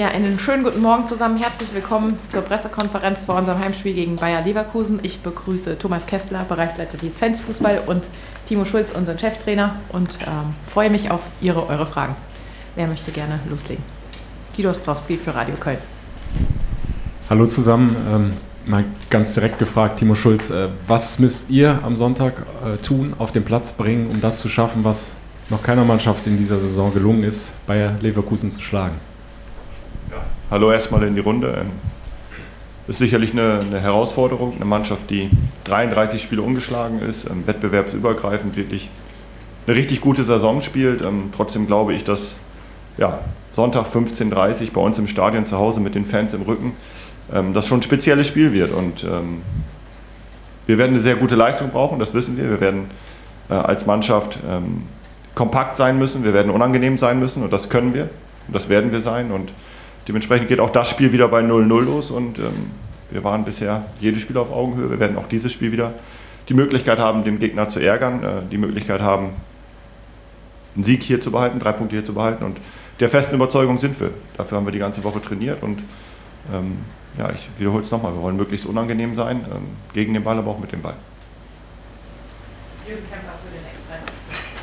Ja, einen schönen guten Morgen zusammen. Herzlich willkommen zur Pressekonferenz vor unserem Heimspiel gegen Bayer Leverkusen. Ich begrüße Thomas Kessler, Bereichsleiter Lizenzfußball, und Timo Schulz, unseren Cheftrainer, und freue mich auf eure Fragen. Wer möchte gerne loslegen? Guido Ostrowski für Radio Köln. Hallo zusammen. Mal ganz direkt gefragt, Timo Schulz, was müsst ihr am Sonntag tun, auf den Platz bringen, um das zu schaffen, was noch keiner Mannschaft in dieser Saison gelungen ist, Bayer Leverkusen zu schlagen? Ja, hallo erstmal in die Runde. Ist sicherlich eine Herausforderung, eine Mannschaft, die 33 Spiele ungeschlagen ist, wettbewerbsübergreifend wirklich eine richtig gute Saison spielt. Trotzdem glaube ich, dass Sonntag 15:30 Uhr bei uns im Stadion zu Hause mit den Fans im Rücken das schon ein spezielles Spiel wird. Und wir werden eine sehr gute Leistung brauchen, das wissen wir. Wir werden als Mannschaft kompakt sein müssen, wir werden unangenehm sein müssen, und das können wir und das werden wir sein. Und dementsprechend geht auch das Spiel wieder bei 0:0 los, und wir waren bisher jedes Spiel auf Augenhöhe. Wir werden auch dieses Spiel wieder die Möglichkeit haben, den Gegner zu ärgern, die Möglichkeit haben, einen Sieg hier zu behalten, 3 Punkte hier zu behalten, und der festen Überzeugung sind wir. Dafür haben wir die ganze Woche trainiert, und ich wiederhole es nochmal, wir wollen möglichst unangenehm sein, gegen den Ball, aber auch mit dem Ball. Jürgen Kemper für den Express.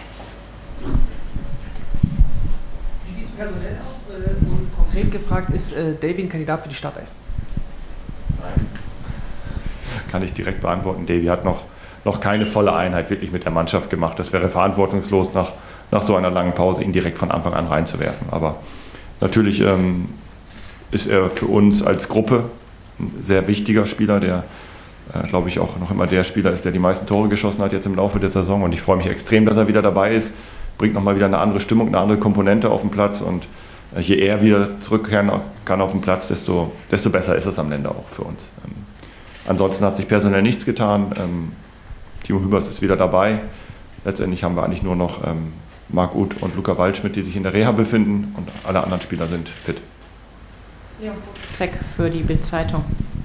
Wie sieht es personell aus? Und konkret gefragt, ist Davy ein Kandidat für die Startelf? Nein. Kann ich direkt beantworten. Davy hat noch keine volle Einheit wirklich mit der Mannschaft gemacht. Das wäre verantwortungslos, nach so einer langen Pause ihn direkt von Anfang an reinzuwerfen. Aber natürlich ist er für uns als Gruppe ein sehr wichtiger Spieler, der, glaube ich, auch noch immer der Spieler ist, der die meisten Tore geschossen hat jetzt im Laufe der Saison. Und ich freue mich extrem, dass er wieder dabei ist. Bringt nochmal wieder eine andere Stimmung, eine andere Komponente auf den Platz. Und je eher wieder zurückkehren kann auf den Platz, desto besser ist es am Ende auch für uns. Ansonsten hat sich personell nichts getan. Timo Hübers ist wieder dabei. Letztendlich haben wir eigentlich nur noch Marc Uth und Luca Waldschmidt, die sich in der Reha befinden, und alle anderen Spieler sind fit. Leon Zeck für die Bild-Zeitung.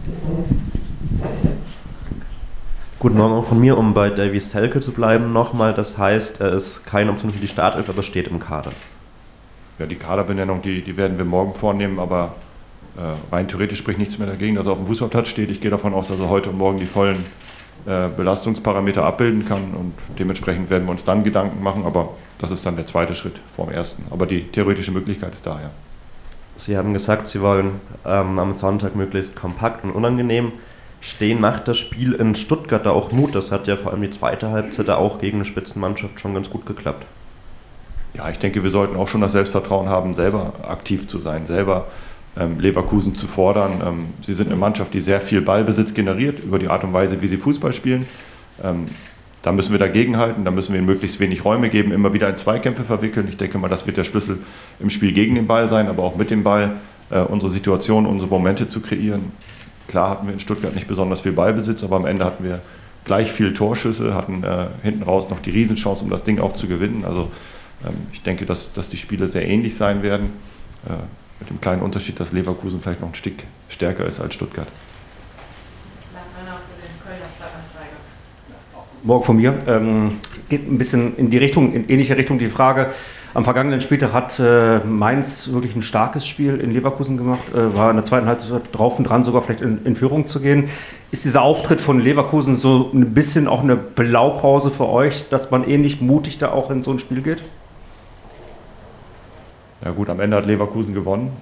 Guten Morgen auch von mir, um bei Davy Selke zu bleiben nochmal. Das heißt, er ist keine Option für die Startelf, aber steht im Kader. Ja, die Kaderbenennung, die werden wir morgen vornehmen, aber rein theoretisch spricht nichts mehr dagegen, dass er auf dem Fußballplatz steht. Ich gehe davon aus, dass er heute und morgen die vollen Belastungsparameter abbilden kann, und dementsprechend werden wir uns dann Gedanken machen, aber das ist dann der zweite Schritt vor dem ersten. Aber die theoretische Möglichkeit ist da, ja. Sie haben gesagt, Sie wollen am Sonntag möglichst kompakt und unangenehm stehen. Macht das Spiel in Stuttgart da auch Mut? Das hat ja vor allem die zweite Halbzeit da auch gegen eine Spitzenmannschaft schon ganz gut geklappt. Ja, ich denke, wir sollten auch schon das Selbstvertrauen haben, selber aktiv zu sein, selber Leverkusen zu fordern. Sie sind eine Mannschaft, die sehr viel Ballbesitz generiert über die Art und Weise, wie sie Fußball spielen. Da müssen wir dagegenhalten, da müssen wir ihnen möglichst wenig Räume geben, immer wieder in Zweikämpfe verwickeln. Ich denke mal, das wird der Schlüssel im Spiel gegen den Ball sein, aber auch mit dem Ball unsere Situation, unsere Momente zu kreieren. Klar hatten wir in Stuttgart nicht besonders viel Ballbesitz, aber am Ende hatten wir gleich viel Torschüsse, hatten hinten raus noch die Riesenchance, um das Ding auch zu gewinnen. Also ich denke, dass die Spiele sehr ähnlich sein werden, mit dem kleinen Unterschied, dass Leverkusen vielleicht noch ein Stück stärker ist als Stuttgart. Morgen von mir. Geht ein bisschen in ähnliche Richtung die Frage. Am vergangenen Spieltag hat Mainz wirklich ein starkes Spiel in Leverkusen gemacht, war in der zweiten Halbzeit drauf und dran, sogar vielleicht in Führung zu gehen. Ist dieser Auftritt von Leverkusen so ein bisschen auch eine Blaupause für euch, dass man ähnlich mutig da auch in so ein Spiel geht? Ja gut, am Ende hat Leverkusen gewonnen.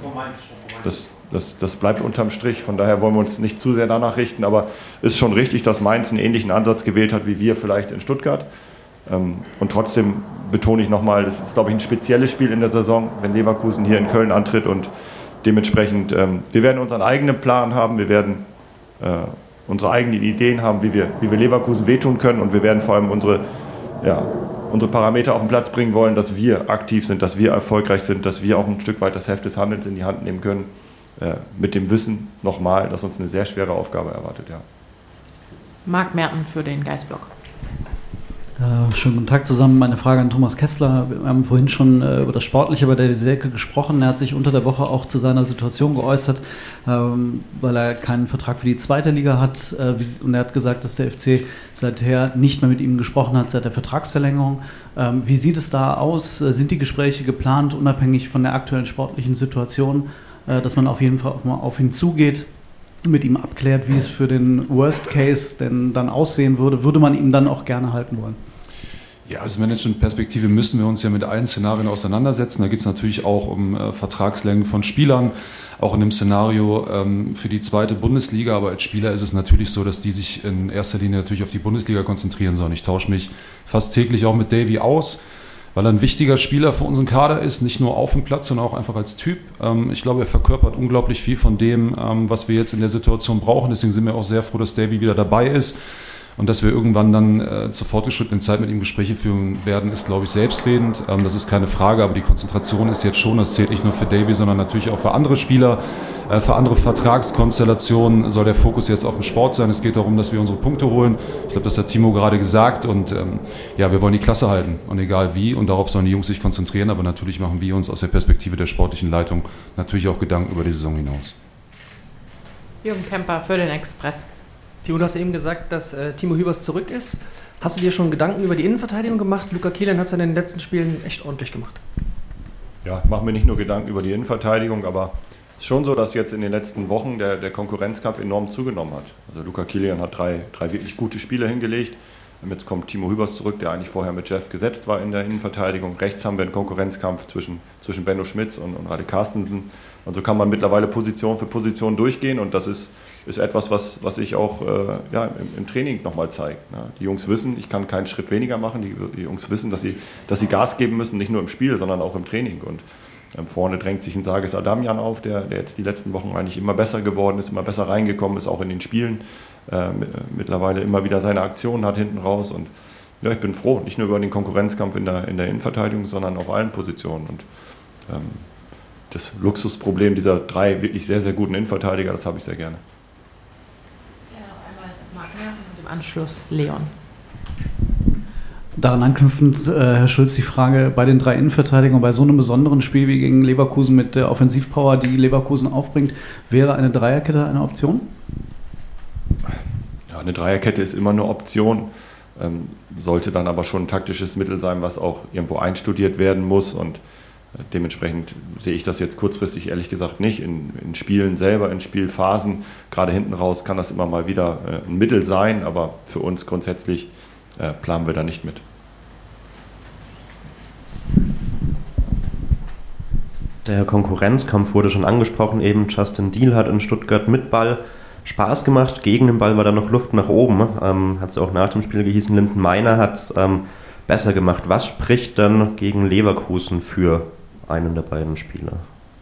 Das bleibt unterm Strich, von daher wollen wir uns nicht zu sehr danach richten, aber es ist schon richtig, dass Mainz einen ähnlichen Ansatz gewählt hat wie wir vielleicht in Stuttgart. Und trotzdem betone ich nochmal, das ist, glaube ich, ein spezielles Spiel in der Saison, wenn Leverkusen hier in Köln antritt, und dementsprechend, wir werden unseren eigenen Plan haben, wir werden unsere eigenen Ideen haben, wie wir Leverkusen wehtun können, und wir werden vor allem unsere Parameter auf den Platz bringen wollen, dass wir aktiv sind, dass wir erfolgreich sind, dass wir auch ein Stück weit das Heft des Handelns in die Hand nehmen können, mit dem Wissen nochmal, dass uns eine sehr schwere Aufgabe erwartet. Ja. Marc Merten für den Geistblock. Schönen guten Tag zusammen. Meine Frage an Thomas Kessler. Wir haben vorhin schon über das Sportliche bei Davy Selke gesprochen. Er hat sich unter der Woche auch zu seiner Situation geäußert, weil er keinen Vertrag für die zweite Liga hat. Und er hat gesagt, dass der FC seither nicht mehr mit ihm gesprochen hat seit der Vertragsverlängerung. Wie sieht es da aus? Sind die Gespräche geplant, unabhängig von der aktuellen sportlichen Situation, dass man auf jeden Fall auch mal auf ihn zugeht, mit ihm abklärt, wie es für den Worst Case denn dann aussehen würde? Würde man ihn dann auch gerne halten wollen? Ja, als Management-Perspektive müssen wir uns ja mit allen Szenarien auseinandersetzen. Da geht es natürlich auch um Vertragslängen von Spielern, auch in dem Szenario für die zweite Bundesliga. Aber als Spieler ist es natürlich so, dass die sich in erster Linie natürlich auf die Bundesliga konzentrieren sollen. Ich tausche mich fast täglich auch mit Davy aus, weil er ein wichtiger Spieler für unseren Kader ist, nicht nur auf dem Platz, sondern auch einfach als Typ. Ich glaube, er verkörpert unglaublich viel von dem, was wir jetzt in der Situation brauchen. Deswegen sind wir auch sehr froh, dass Davy wieder dabei ist. Und dass wir irgendwann dann zur fortgeschrittenen Zeit mit ihm Gespräche führen werden, ist, glaube ich, selbstredend. Das ist keine Frage, aber die Konzentration ist jetzt schon, das zählt nicht nur für Davy, sondern natürlich auch für andere Spieler, für andere Vertragskonstellationen soll der Fokus jetzt auf dem Sport sein. Es geht darum, dass wir unsere Punkte holen. Ich glaube, das hat Timo gerade gesagt. Und ja, wir wollen die Klasse halten. Und egal wie, und darauf sollen die Jungs sich konzentrieren. Aber natürlich machen wir uns aus der Perspektive der sportlichen Leitung natürlich auch Gedanken über die Saison hinaus. Jürgen Kemper für den Express. Timo, du hast eben gesagt, dass Timo Hübers zurück ist. Hast du dir schon Gedanken über die Innenverteidigung gemacht? Luca Kilian hat es in den letzten Spielen echt ordentlich gemacht. Ja, machen wir nicht nur Gedanken über die Innenverteidigung, aber es ist schon so, dass jetzt in den letzten Wochen der Konkurrenzkampf enorm zugenommen hat. Also Luca Kilian hat drei wirklich gute Spiele hingelegt. Jetzt kommt Timo Hübers zurück, der eigentlich vorher mit Jeff gesetzt war in der Innenverteidigung. Rechts haben wir einen Konkurrenzkampf zwischen Benno Schmitz und Rade Carstensen. Und so kann man mittlerweile Position für Position durchgehen. Und das ist etwas, was ich auch im Training nochmal zeige. Ja, die Jungs wissen, ich kann keinen Schritt weniger machen. Die Jungs wissen, dass sie Gas geben müssen, nicht nur im Spiel, sondern auch im Training. Und vorne drängt sich ein Sages Adamian auf, der jetzt die letzten Wochen eigentlich immer besser geworden ist, immer besser reingekommen ist, auch in den Spielen. Mittlerweile immer wieder seine Aktionen hat hinten raus. Und ja, ich bin froh, nicht nur über den Konkurrenzkampf in der Innenverteidigung, sondern auf allen Positionen. Und das Luxusproblem dieser drei wirklich sehr, sehr guten Innenverteidiger, das habe ich sehr gerne. Ja, noch einmal Marc Merten und im Anschluss Leon. Daran anknüpfend, Herr Schulz, die Frage bei den drei Innenverteidigern, bei so einem besonderen Spiel wie gegen Leverkusen mit der Offensivpower, die Leverkusen aufbringt, wäre eine Dreierkette eine Option? Ja, eine Dreierkette ist immer eine Option, sollte dann aber schon ein taktisches Mittel sein, was auch irgendwo einstudiert werden muss. Und dementsprechend sehe ich das jetzt kurzfristig ehrlich gesagt nicht. In Spielen selber, in Spielphasen, gerade hinten raus kann das immer mal wieder ein Mittel sein, aber für uns grundsätzlich planen wir da nicht mit. Der Konkurrenzkampf wurde schon angesprochen, eben Justin Diehl hat in Stuttgart mit Ball Spaß gemacht, gegen den Ball war da noch Luft nach oben, hat es auch nach dem Spiel gehießen, Linden Meiner hat es besser gemacht. Was spricht dann gegen Leverkusen für einen der beiden Spieler?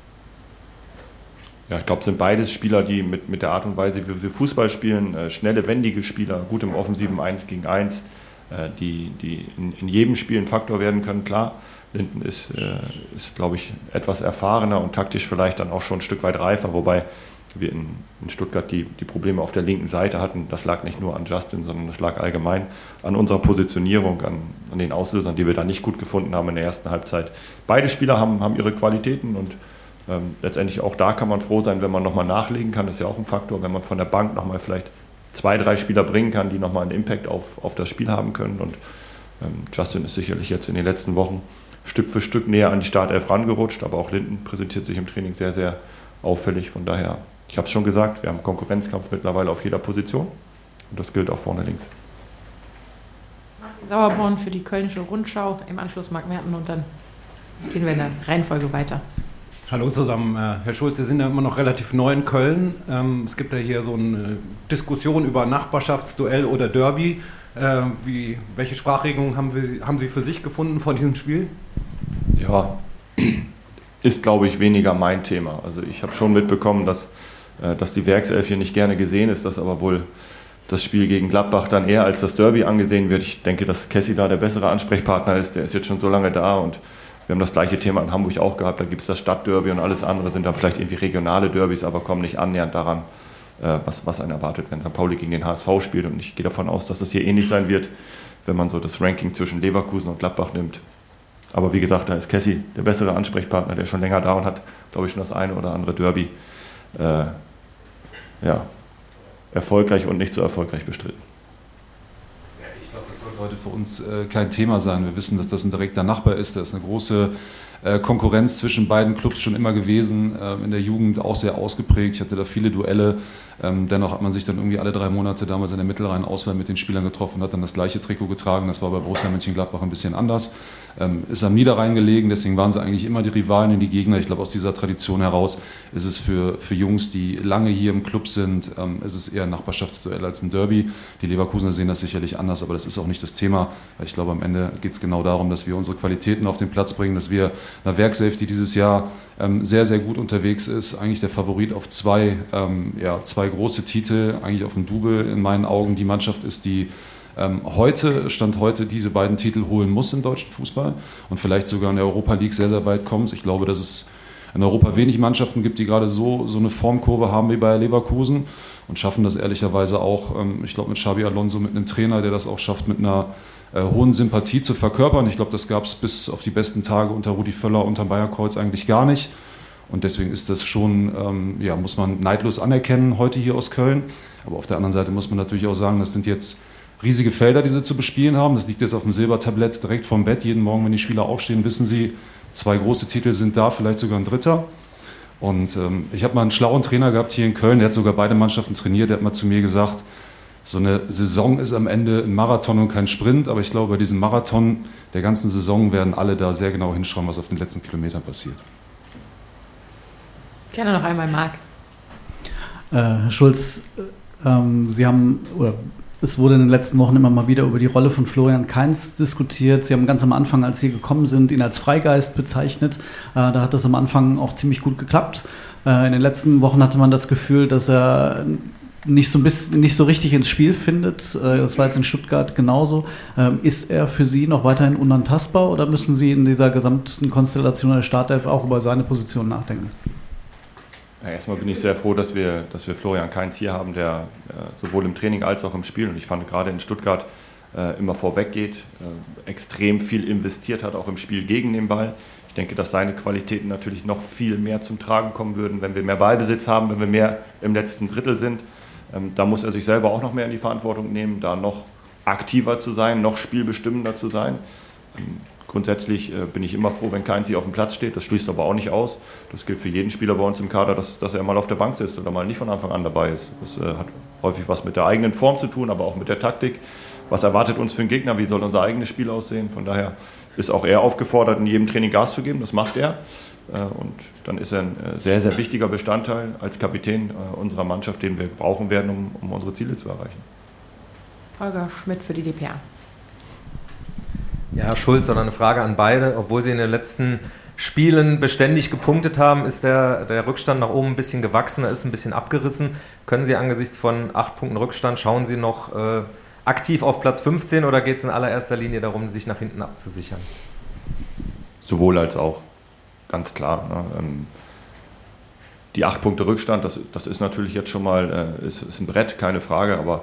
Ja, ich glaube, es sind beides Spieler, die mit der Art und Weise, wie sie Fußball spielen, schnelle, wendige Spieler, gut im offensiven 1 gegen 1, die in jedem Spiel ein Faktor werden können. Klar, Linden ist glaube ich, etwas erfahrener und taktisch vielleicht dann auch schon ein Stück weit reifer, wobei wir in Stuttgart die Probleme auf der linken Seite hatten. Das lag nicht nur an Justin, sondern das lag allgemein an unserer Positionierung, an den Auslösern, die wir da nicht gut gefunden haben in der ersten Halbzeit. Beide Spieler haben ihre Qualitäten und letztendlich auch da kann man froh sein, wenn man nochmal nachlegen kann. Das ist ja auch ein Faktor, wenn man von der Bank nochmal vielleicht 2, 3 Spieler bringen kann, die nochmal einen Impact auf das Spiel haben können. Und Justin ist sicherlich jetzt in den letzten Wochen Stück für Stück näher an die Startelf rangerutscht, aber auch Linden präsentiert sich im Training sehr, sehr auffällig. Von daher, ich habe es schon gesagt, wir haben Konkurrenzkampf mittlerweile auf jeder Position und das gilt auch vorne links. Martin Sauerborn für die Kölnische Rundschau, im Anschluss Marc Merten und dann gehen wir in der Reihenfolge weiter. Hallo zusammen. Herr Schulz, Sie sind ja immer noch relativ neu in Köln. Es gibt ja hier so eine Diskussion über Nachbarschaftsduell oder Derby. Welche Sprachregelungen haben Sie für sich gefunden vor diesem Spiel? Ja, ist, glaube ich, weniger mein Thema. Also ich habe schon mitbekommen, dass die Werkself hier nicht gerne gesehen ist, dass aber wohl das Spiel gegen Gladbach dann eher als das Derby angesehen wird. Ich denke, dass Kessi da der bessere Ansprechpartner ist. Der ist jetzt schon so lange da und wir haben das gleiche Thema in Hamburg auch gehabt. Da gibt es das Stadtderby und alles andere sind dann vielleicht irgendwie regionale Derbys, aber kommen nicht annähernd daran was einen erwartet, wenn St. Pauli gegen den HSV spielt. Und ich gehe davon aus, dass es hier ähnlich sein wird, wenn man so das Ranking zwischen Leverkusen und Gladbach nimmt. Aber wie gesagt, da ist Kessi der bessere Ansprechpartner, der ist schon länger da und hat, glaube ich, schon das eine oder andere Derby erfolgreich und nicht so erfolgreich bestritten. Ich glaube, das sollte heute für uns kein Thema sein. Wir wissen, dass das ein direkter Nachbar ist. Da ist eine große Konkurrenz zwischen beiden Clubs schon immer gewesen, in der Jugend auch sehr ausgeprägt. Ich hatte da viele Duelle. Dennoch hat man sich dann irgendwie alle 3 Monate damals in der Mittelrhein-Auswahl mit den Spielern getroffen und hat dann das gleiche Trikot getragen. Das war bei Borussia Mönchengladbach ein bisschen anders. Ist am Niederrhein gelegen, deswegen waren sie eigentlich immer die Rivalen und die Gegner. Ich glaube, aus dieser Tradition heraus ist es für Jungs, die lange hier im Club sind, ist es eher ein Nachbarschaftsduell als ein Derby. Die Leverkusener sehen das sicherlich anders, aber das ist auch nicht das Thema. Ich glaube, am Ende geht es genau darum, dass wir unsere Qualitäten auf den Platz bringen, dass wir eine Werkself, die dieses Jahr sehr, sehr gut unterwegs ist, eigentlich der Favorit auf zwei große Titel, eigentlich auf ein Double in meinen Augen, die Mannschaft ist, die Stand heute diese beiden Titel holen muss im deutschen Fußball und vielleicht sogar in der Europa League sehr, sehr weit kommt. Ich glaube, dass es in Europa wenig Mannschaften gibt, die gerade so eine Formkurve haben wie Bayer Leverkusen und schaffen das ehrlicherweise auch, ich glaube mit Xabi Alonso, mit einem Trainer, der das auch schafft, mit einer hohen Sympathie zu verkörpern. Ich glaube, das gab es bis auf die besten Tage unter Rudi Völler, unter Bayerkreuz eigentlich gar nicht. Und deswegen ist das schon, muss man neidlos anerkennen heute hier aus Köln. Aber auf der anderen Seite muss man natürlich auch sagen, das sind jetzt riesige Felder, die sie zu bespielen haben. Das liegt jetzt auf dem Silbertablett direkt vorm Bett. Jeden Morgen, wenn die Spieler aufstehen, wissen sie, 2 große Titel sind da, vielleicht sogar ein dritter. Und ich habe mal einen schlauen Trainer gehabt hier in Köln, der hat sogar beide Mannschaften trainiert. Der hat mal zu mir gesagt, so eine Saison ist am Ende ein Marathon und kein Sprint. Aber ich glaube, bei diesem Marathon der ganzen Saison werden alle da sehr genau hinschauen, was auf den letzten Kilometern passiert. Gerne noch einmal, Marc. Herr Schulz, es wurde in den letzten Wochen immer mal wieder über die Rolle von Florian Kainz diskutiert. Sie haben ganz am Anfang, als Sie gekommen sind, ihn als Freigeist bezeichnet. Da hat das am Anfang auch ziemlich gut geklappt. In den letzten Wochen hatte man das Gefühl, dass er nicht so richtig ins Spiel findet. Das war jetzt in Stuttgart genauso. Ist er für Sie noch weiterhin unantastbar oder müssen Sie in dieser gesamten Konstellation der Startelf auch über seine Position nachdenken? Ja, erstmal bin ich sehr froh, dass wir Florian Kainz hier haben, der sowohl im Training als auch im Spiel, und ich fand gerade in Stuttgart immer vorweg geht, extrem viel investiert hat, auch im Spiel gegen den Ball. Ich denke, dass seine Qualitäten natürlich noch viel mehr zum Tragen kommen würden, wenn wir mehr Ballbesitz haben, wenn wir mehr im letzten Drittel sind. Da muss er sich selber auch noch mehr in die Verantwortung nehmen, da noch aktiver zu sein, noch spielbestimmender zu sein. Grundsätzlich bin ich immer froh, wenn Kainz hier auf dem Platz steht. Das schließt aber auch nicht aus. Das gilt für jeden Spieler bei uns im Kader, dass er mal auf der Bank sitzt oder mal nicht von Anfang an dabei ist. Das hat häufig was mit der eigenen Form zu tun, aber auch mit der Taktik. Was erwartet uns für einen Gegner? Wie soll unser eigenes Spiel aussehen? Von daher ist auch er aufgefordert, in jedem Training Gas zu geben. Das macht er. Und dann ist er ein sehr, sehr wichtiger Bestandteil als Kapitän unserer Mannschaft, den wir brauchen werden, um unsere Ziele zu erreichen. Holger Schmidt für die DPA. Ja, Herr Schulz, sondern eine Frage an beide. Obwohl Sie in den letzten Spielen beständig gepunktet haben, ist der Rückstand nach oben ein bisschen gewachsen, ist ein bisschen abgerissen. Können Sie angesichts von 8 Punkten Rückstand, schauen Sie noch aktiv auf Platz 15 oder geht es in allererster Linie darum, sich nach hinten abzusichern? Sowohl als auch, ganz klar. Ne? Die 8 Punkte Rückstand, das ist natürlich jetzt schon mal ist ein Brett, keine Frage, aber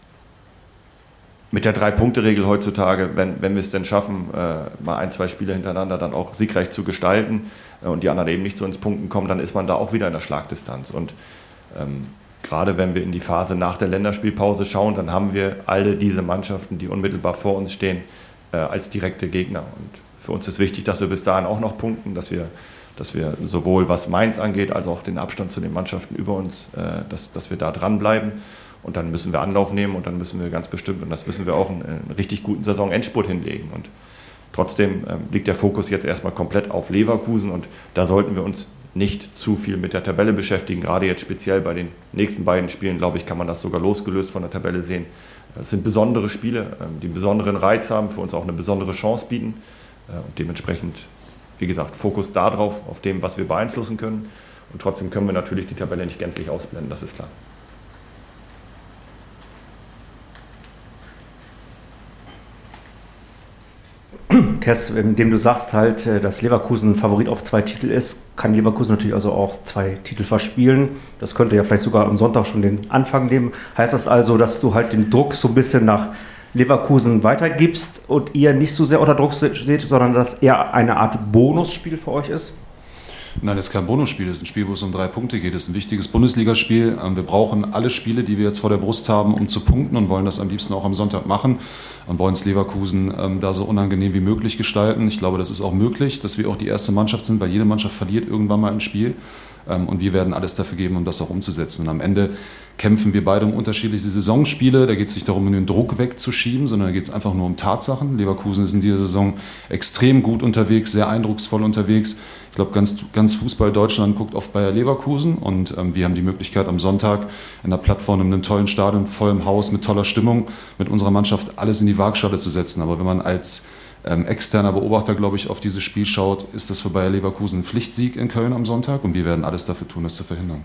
mit der 3-Punkte-Regel heutzutage, wenn wir es denn schaffen, mal 1, 2 Spiele hintereinander dann auch siegreich zu gestalten und die anderen eben nicht so ins Punkten kommen, dann ist man da auch wieder in der Schlagdistanz. Und gerade wenn wir in die Phase nach der Länderspielpause schauen, dann haben wir alle diese Mannschaften, die unmittelbar vor uns stehen, als direkte Gegner. Und für uns ist wichtig, dass wir bis dahin auch noch punkten, dass wir sowohl was Mainz angeht, als auch den Abstand zu den Mannschaften über uns, dass wir da dranbleiben. Und dann müssen wir Anlauf nehmen und dann müssen wir ganz bestimmt, und das wissen wir auch, einen richtig guten Saison-Endspurt hinlegen. Und trotzdem liegt der Fokus jetzt erstmal komplett auf Leverkusen und da sollten wir uns nicht zu viel mit der Tabelle beschäftigen. Gerade jetzt speziell bei den nächsten beiden Spielen, glaube ich, kann man das sogar losgelöst von der Tabelle sehen. Es sind besondere Spiele, die einen besonderen Reiz haben, für uns auch eine besondere Chance bieten. Und dementsprechend, wie gesagt, Fokus darauf, auf dem, was wir beeinflussen können. Und trotzdem können wir natürlich die Tabelle nicht gänzlich ausblenden, das ist klar. Kess, indem du sagst halt, dass Leverkusen Favorit auf 2 Titel ist, kann Leverkusen natürlich also auch 2 Titel verspielen. Das könnte ja vielleicht sogar am Sonntag schon den Anfang nehmen. Heißt das also, dass du halt den Druck so ein bisschen nach Leverkusen weitergibst und ihr nicht so sehr unter Druck steht, sondern dass eher eine Art Bonusspiel für euch ist? Nein, das ist kein Bonusspiel, das ist ein Spiel, wo es um 3 Punkte geht. Das ist ein wichtiges Bundesligaspiel. Wir brauchen alle Spiele, die wir jetzt vor der Brust haben, um zu punkten und wollen das am liebsten auch am Sonntag machen und wollen es Leverkusen da so unangenehm wie möglich gestalten. Ich glaube, das ist auch möglich, dass wir auch die erste Mannschaft sind, weil jede Mannschaft verliert irgendwann mal ein Spiel. Und wir werden alles dafür geben, um das auch umzusetzen. Und am Ende kämpfen wir beide um unterschiedliche Saisonspiele. Da geht es nicht darum, den Druck wegzuschieben, sondern da geht es einfach nur um Tatsachen. Leverkusen ist in dieser Saison extrem gut unterwegs, sehr eindrucksvoll unterwegs. Ich glaube, ganz Fußball Deutschland guckt auf Bayer Leverkusen und wir haben die Möglichkeit am Sonntag in der Plattform, in einem tollen Stadion, vollem Haus, mit toller Stimmung, mit unserer Mannschaft alles in die Waagschale zu setzen. Aber wenn man als externer Beobachter, glaube ich, auf dieses Spiel schaut, ist das für Bayer Leverkusen ein Pflichtsieg in Köln am Sonntag und wir werden alles dafür tun, das zu verhindern.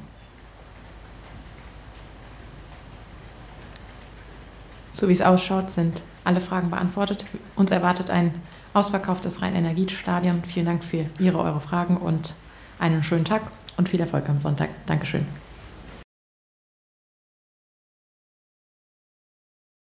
So wie es ausschaut, sind alle Fragen beantwortet. Uns erwartet ein ausverkauftes Rhein-Energiestadion. Vielen Dank für eure Fragen und einen schönen Tag und viel Erfolg am Sonntag. Dankeschön.